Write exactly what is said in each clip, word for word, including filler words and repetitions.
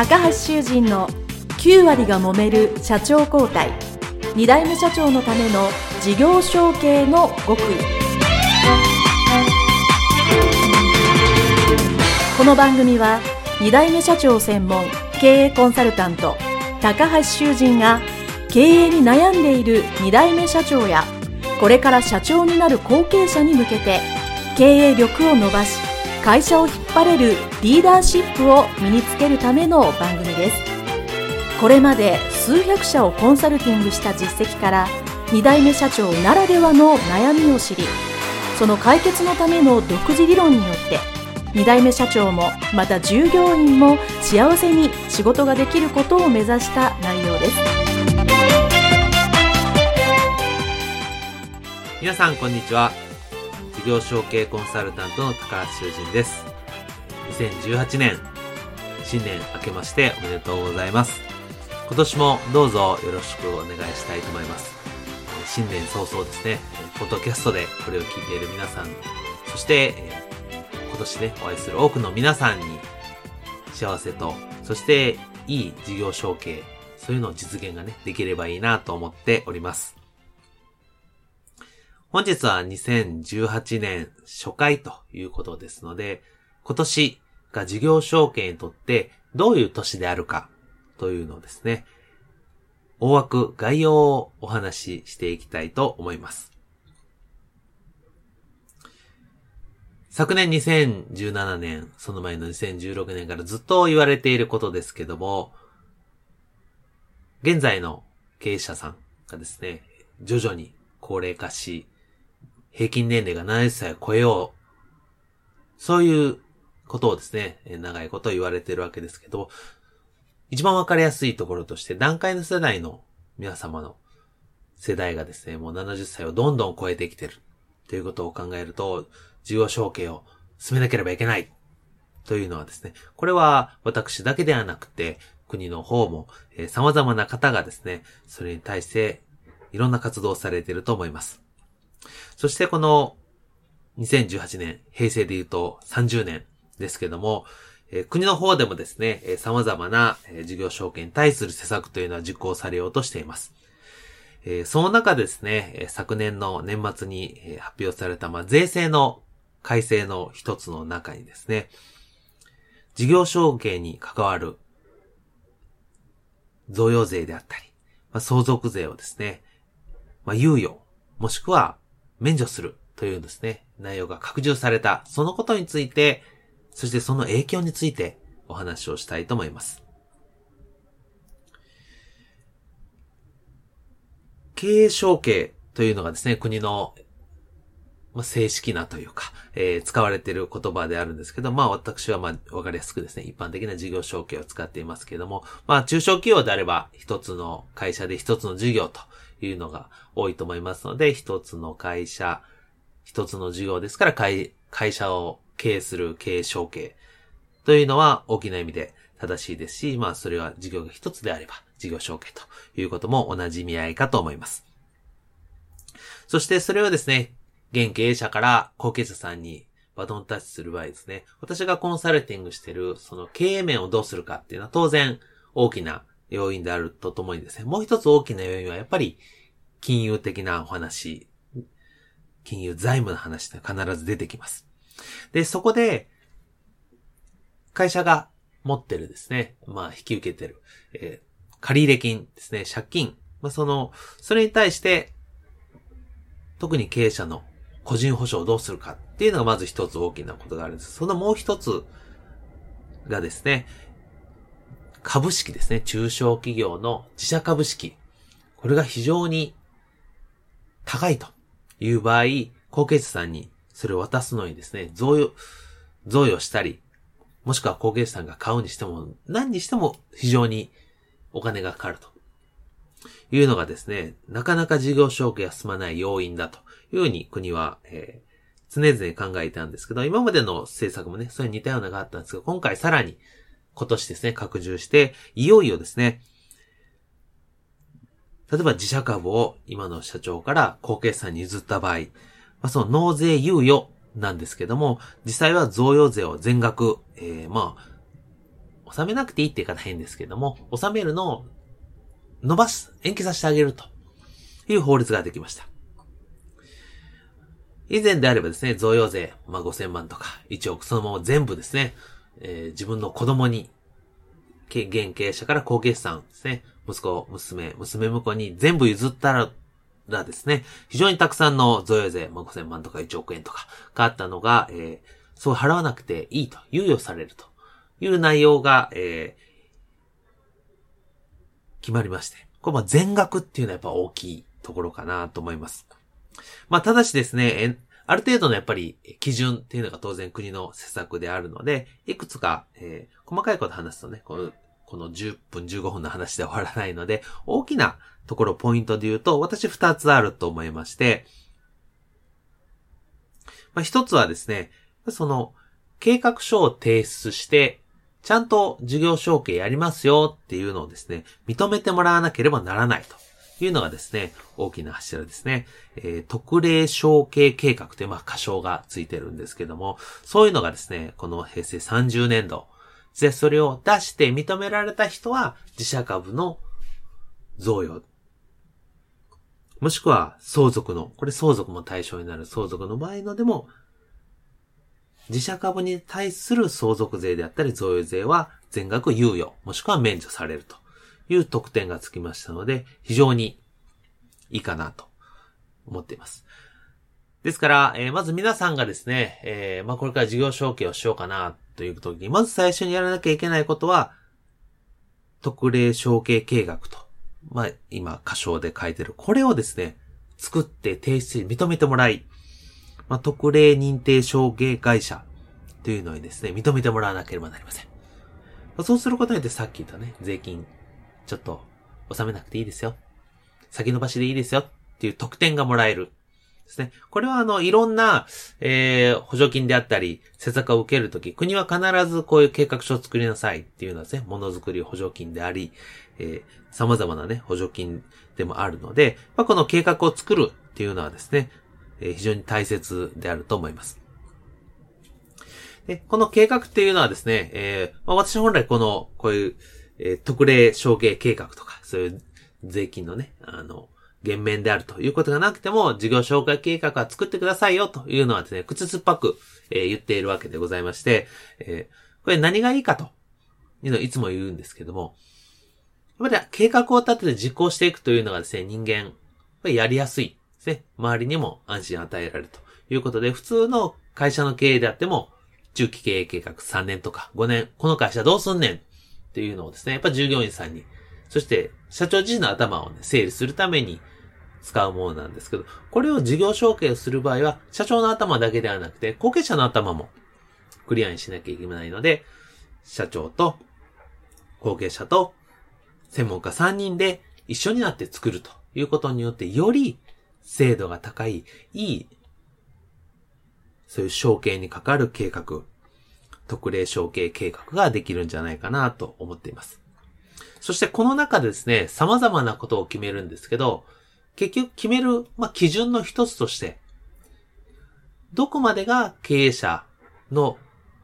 高橋修人のきゅう割が揉める社長交代、に代目社長のための事業承継の極意。この番組はに代目社長専門経営コンサルタント高橋修人が経営に悩んでいるに代目社長やこれから社長になる後継者に向けて経営力を伸ばし会社を引っ張れるリーダーシップを身につけるための番組です。これまで数百社をコンサルティングした実績からに代目社長ならではの悩みを知り、その解決のための独自理論によってに代目社長もまた従業員も幸せに仕事ができることを目指した内容です。 皆さんこんにちは。事業承継コンサルタントの高橋修人です。にせんじゅうはちねん新年明けましておめでとうございます。今年もどうぞよろしくお願いしたいと思います。新年早々ですね、ポッドキャストでこれを聞いている皆さん、そして今年ねお会いする多くの皆さんに幸せと、そしていい事業承継、そういうのを実現がねできればいいなと思っております。本日はにせんじゅうはちねん初回ということですので、今年が事業承継にとってどういう年であるかというのをですね、大枠概要をお話ししていきたいと思います。昨年にせんじゅうななねん、その前のにせんじゅうろくねんからずっと言われていることですけども、現在の経営者さんがですね、徐々に高齢化し、平均年齢がななじゅっさいを超えよう。そういうことをですね、長いこと言われているわけですけど、一番わかりやすいところとして、団塊の世代の皆様の世代がですね、もうななじゅっさいをどんどん超えてきているということを考えると、事業承継を進めなければいけないというのはですね、これは私だけではなくて、国の方も、えー、様々な方がですね、それに対していろんな活動をされていると思います。そしてこのにせんじゅうはちねん、平成で言うとさんじゅうねんですけども、えー、国の方でもですね、えー、様々な、えー、事業承継に対する施策というのは実行されようとしています。えー、その中ですね、えー、昨年の年末に、えー、発表された、まあ、税制の改正の一つの中にですね、事業承継に関わる贈与税であったり、まあ、相続税をですね、まあ、猶予、もしくは免除するというですね、内容が拡充された、そのことについて、そしてその影響についてお話をしたいと思います。経営承継というのがですね、国のまあ、正式なというか、えー、使われている言葉であるんですけど、まあ私はまあわかりやすくですね、一般的な事業承継を使っていますけれども、まあ中小企業であれば一つの会社で一つの事業というのが多いと思いますので、一つの会社、一つの事業ですから会、会社を経営する経営承継というのは大きな意味で正しいですし、まあそれは事業が一つであれば事業承継ということも同じ意味合いかと思います。そしてそれをですね、現経営者から後継者さんにバトンタッチする場合ですね、私がコンサルティングしているその経営面をどうするかっていうのは当然大きな要因であるとともにですね、もう一つ大きな要因はやっぱり金融的なお話、金融財務の話って必ず出てきます。で、そこで会社が持ってるですね、まあ引き受けてる、えー、借入金ですね、借金、まあその、それに対して特に経営者の個人保証をどうするかっていうのがまず一つ大きなことがあるんです。そのもう一つがですね、株式ですね。中小企業の自社株式。これが非常に高いという場合、後継者さんにそれを渡すのにですね、贈与、贈与したり、もしくは後継者さんが買うにしても、何にしても非常にお金がかかるというのがですね、なかなか事業承継が進まない要因だというふうに国は、えー、常々考えてたんですけど、今までの政策もね、それに似たようなのがあったんですけど、今回さらに今年ですね、拡充して、いよいよですね、例えば自社株を今の社長から後継者さんに譲った場合、まあ、その納税猶予なんですけども、実際は贈与税を全額、えー、まあ、 納めなくていいって言い方変ですけども、納めるのを伸ばす、延期させてあげるという法律ができました。以前であればですね、贈与税、まあ、ごせんまんとかいちおくそのまま全部ですね、えー、自分の子供に、現経営者から後継資産ですね、息子、娘、娘婿に全部譲ったら、らですね、非常にたくさんの贈与税、まあ、ごせんまんとかいちおくえんとかがあったのが、えー、そう払わなくていいと、猶予されるという内容が、えー、決まりまして、これまあ全額っていうのはやっぱ大きいところかなと思います。まあただしですね、ある程度のやっぱり基準っていうのが当然国の施策であるので、いくつか、えー、細かいこと話すとね、この、このじゅっぷんじゅうごふんの話で終わらないので、大きなところポイントで言うと、私ふたつあると思いまして、まあ一つはですね、その計画書を提出して、ちゃんと事業承継やりますよっていうのをですね、認めてもらわなければならないというのがですね、大きな柱ですね。えー、特例承継計画という、まあ、仮称がついてるんですけども、そういうのがですね、このへいせいさんじゅうねんど、で、それを出して認められた人は、自社株の贈与、もしくは相続の、これ相続も対象になる相続の場合のでも、自社株に対する相続税であったり贈与税は全額猶予、もしくは免除されるという特典がつきましたので、非常にいいかなと思っています。ですから、えー、まず皆さんがですね、えー、まあこれから事業承継をしようかなという時に、まず最初にやらなきゃいけないことは、特例承継計画と、まあ今仮称で書いてる、これをですね、作って提出に認めてもらい、まあ、特例認定承継会社というのにですね、認めてもらわなければなりません。まあ、そうすることによってさっき言ったね、税金、ちょっと納めなくていいですよ。先延ばしでいいですよっていう特典がもらえる。ですね。これはあの、いろんな、えー、補助金であったり、施策を受けるとき、国は必ずこういう計画書を作りなさいっていうのはですね、ものづくり補助金であり、えー、様々なね、補助金でもあるので、まあ、この計画を作るっていうのはですね、えー、非常に大切であると思います。で、この計画っていうのはですね、えー、まあ、私本来この、こういう、えー、特例承継計画とか、そういう税金のね、あの、減免であるということがなくても、事業承継計画は作ってくださいよというのはですね、口酸っぱく、えー、言っているわけでございまして、えー、これ何がいいかというのをいつも言うんですけども、やっぱり計画を立てて実行していくというのがですね、人間、やりやすいですね。周りにも安心を与えられるということで、普通の会社の経営であっても、中期経営計画さんねんとかごねん、この会社どうすんねんっていうのをですね、やっぱ従業員さんに、そして社長自身の頭をね、整理するために使うものなんですけど、これを事業承継する場合は、社長の頭だけではなくて、後継者の頭もクリアにしなきゃいけないので、社長と後継者と専門家さんにんで一緒になって作るということによって、より精度が高い、いい、そういう承継にかかる計画、特例承継計画ができるんじゃないかなと思っています。そしてこの中でですね、様々なことを決めるんですけど、結局決める、まあ、基準の一つとして、どこまでが経営者の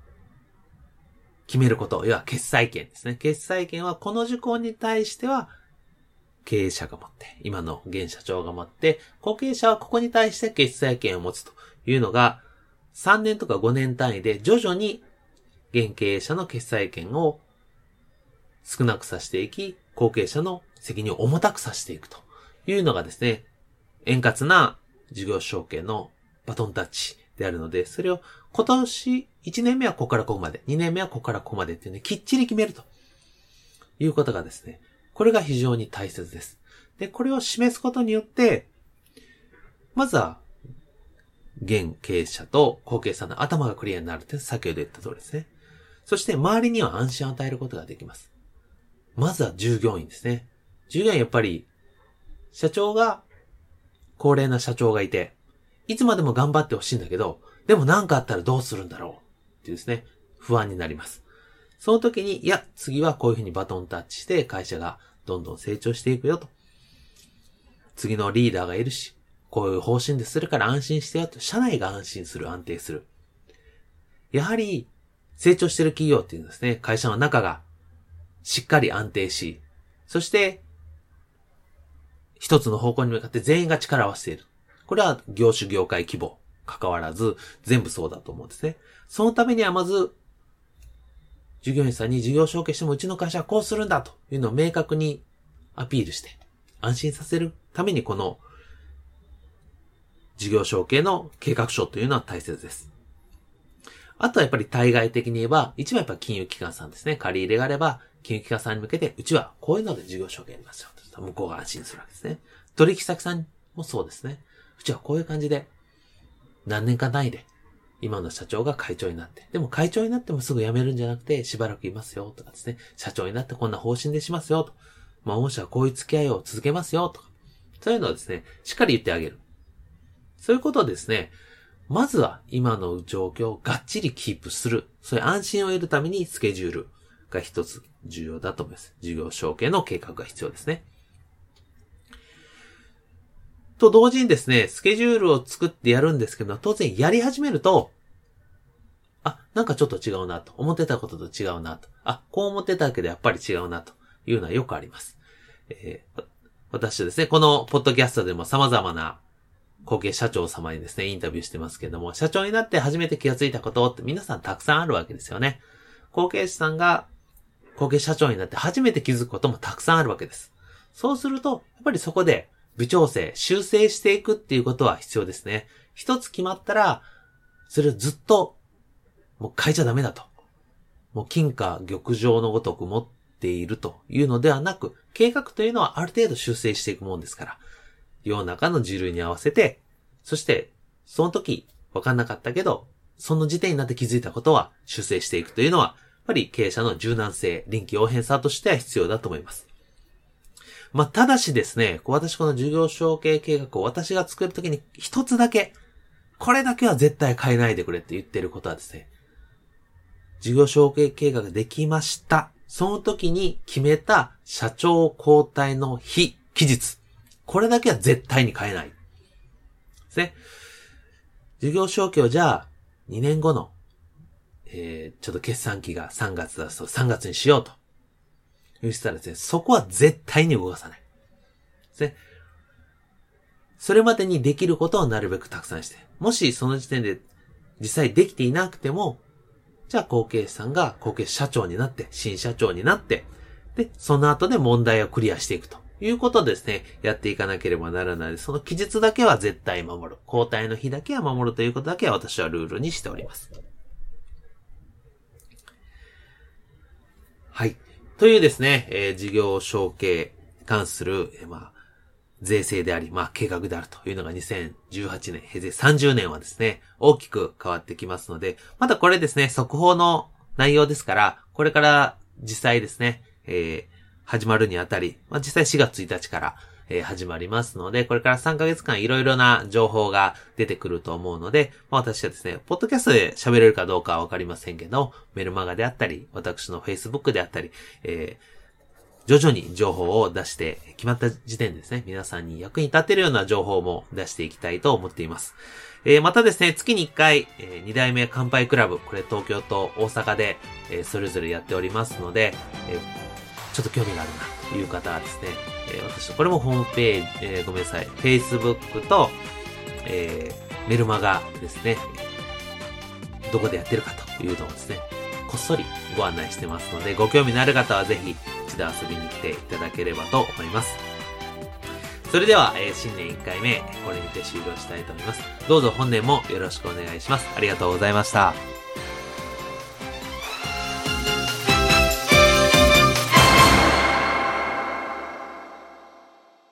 決めること、要は決裁権ですね。決裁権はこの事項に対しては経営者が持って、今の現社長が持って、後継者はここに対して決裁権を持つというのが、さんねんとかごねん単位で徐々に現経営者の決裁権を少なくさせていき、後継者の責任を重たくさせていくというのがですね、円滑な事業承継のバトンタッチであるので、それを今年いちねんめはここからここまで、にねんめはここからここまでっていうね、きっちり決めるということがですね、これが非常に大切です。で、これを示すことによって、まずは、現経営者と後継者の頭がクリアになるって先ほど言った通りですね。そして周りには安心を与えることができます。まずは従業員ですね。従業員やっぱり、社長が、高齢な社長がいて、いつまでも頑張ってほしいんだけど、でも何かあったらどうするんだろうっていうですね、不安になります。その時に、いや、次はこういうふうにバトンタッチして会社がどんどん成長していくよと。次のリーダーがいるし、こういう方針でするから安心してよと。社内が安心する、安定する。やはり、成長している企業っていうのはですね、会社の中がしっかり安定し、そして、一つの方向に向かって全員が力を合わせている。これは業種業界規模関わらず全部そうだと思うんですね。そのためにはまず、従業員さんに事業承継してもうちの会社はこうするんだというのを明確にアピールして安心させるためにこの事業承継の計画書というのは大切です。あとはやっぱり対外的に言えば、一番やっぱり金融機関さんですね。借り入れがあれば、金融機関さんに向けて、うちはこういうので事業承継やりますよ。向こうが安心するわけですね。取引先さんもそうですね。うちはこういう感じで、何年かないで、今の社長が会長になって、でも会長になってもすぐ辞めるんじゃなくて、しばらくいますよ、とかですね。社長になってこんな方針でしますよ、と。まあ、御社はこういう付き合いを続けますよ、とか。そういうのをですね、しっかり言ってあげる。そういうことをですね、まずは今の状況をがっちりキープする。そういう安心を得るためにスケジュールが一つ重要だと思います。事業承継の計画が必要ですね。と同時にですね、スケジュールを作ってやるんですけど、当然やり始めると、あ、なんかちょっと違うなと。思ってたことと違うなと。あ、こう思ってたけどやっぱり違うなというのはよくあります。えー、私はですね、このポッドキャストでも様々な後継社長様にですね、インタビューしてますけども、社長になって初めて気がついたことって皆さんたくさんあるわけですよね。後継者さんが後継社長になって初めて気づくこともたくさんあるわけです。そうすると、やっぱりそこで微調整、修正していくっていうことは必要ですね。一つ決まったら、それをずっともう変えちゃダメだと。もう金貨玉状のごとく持っているというのではなく、計画というのはある程度修正していくもんですから、世の中の時流に合わせて、そしてその時分かんなかったけど、その時点になって気づいたことは修正していくというのは、やっぱり経営者の柔軟性、臨機応変さとしては必要だと思います。まあ、ただしですね、私この事業承継計画を私が作るときに一つだけ、これだけは絶対変えないでくれって言ってることはですね、事業承継計画ができました。その時に決めた社長交代の日、期日。これだけは絶対に変えない。ですね。事業承継をじゃあ、にねんごの、えー、ちょっと決算期がさんがつだとさんがつにしようと。言ったらですね、そこは絶対に動かさない。ですね。それまでにできることをなるべくたくさんして。もしその時点で実際できていなくても、じゃあ後継者さんが後継社長になって、新社長になって、で、その後で問題をクリアしていくということですね、やっていかなければならないので、その期日だけは絶対守る。交代の日だけは守るということだけは私はルールにしております。はい。というですね、えー、事業承継に関する、えー、まあ、税制であり、まあ、計画であるというのがにせんじゅうはちねん、平成さんじゅうねんはですね、大きく変わってきますので、まだこれですね、速報の内容ですから、これから実際ですね、えー、始まるにあたり、まあ、実際しがつついたちから、えー、始まりますので、これからさんかげつかんいろいろな情報が出てくると思うので、まあ、私はですね、ポッドキャストで喋れるかどうかはわかりませんけど、メルマガであったり、私の Facebook であったり、えー、徐々に情報を出して、決まった時点でですね、皆さんに役に立てるような情報も出していきたいと思っています。えー、またですね、月にいっかい、えー、に代目乾杯クラブ、これ東京と大阪で、えー、それぞれやっておりますので、えー、ちょっと興味があるなという方はですね、えー、私、これもホームページ、えー、ごめんなさい、Facebook と、えー、メルマガですね、どこでやってるかというのをですね、こっそりご案内してますので、ご興味のある方はぜひ一度遊びに来ていただければと思います。それでは、えー、新年いっかいめ、これにて終了したいと思います。どうぞ本年もよろしくお願いします。ありがとうございました。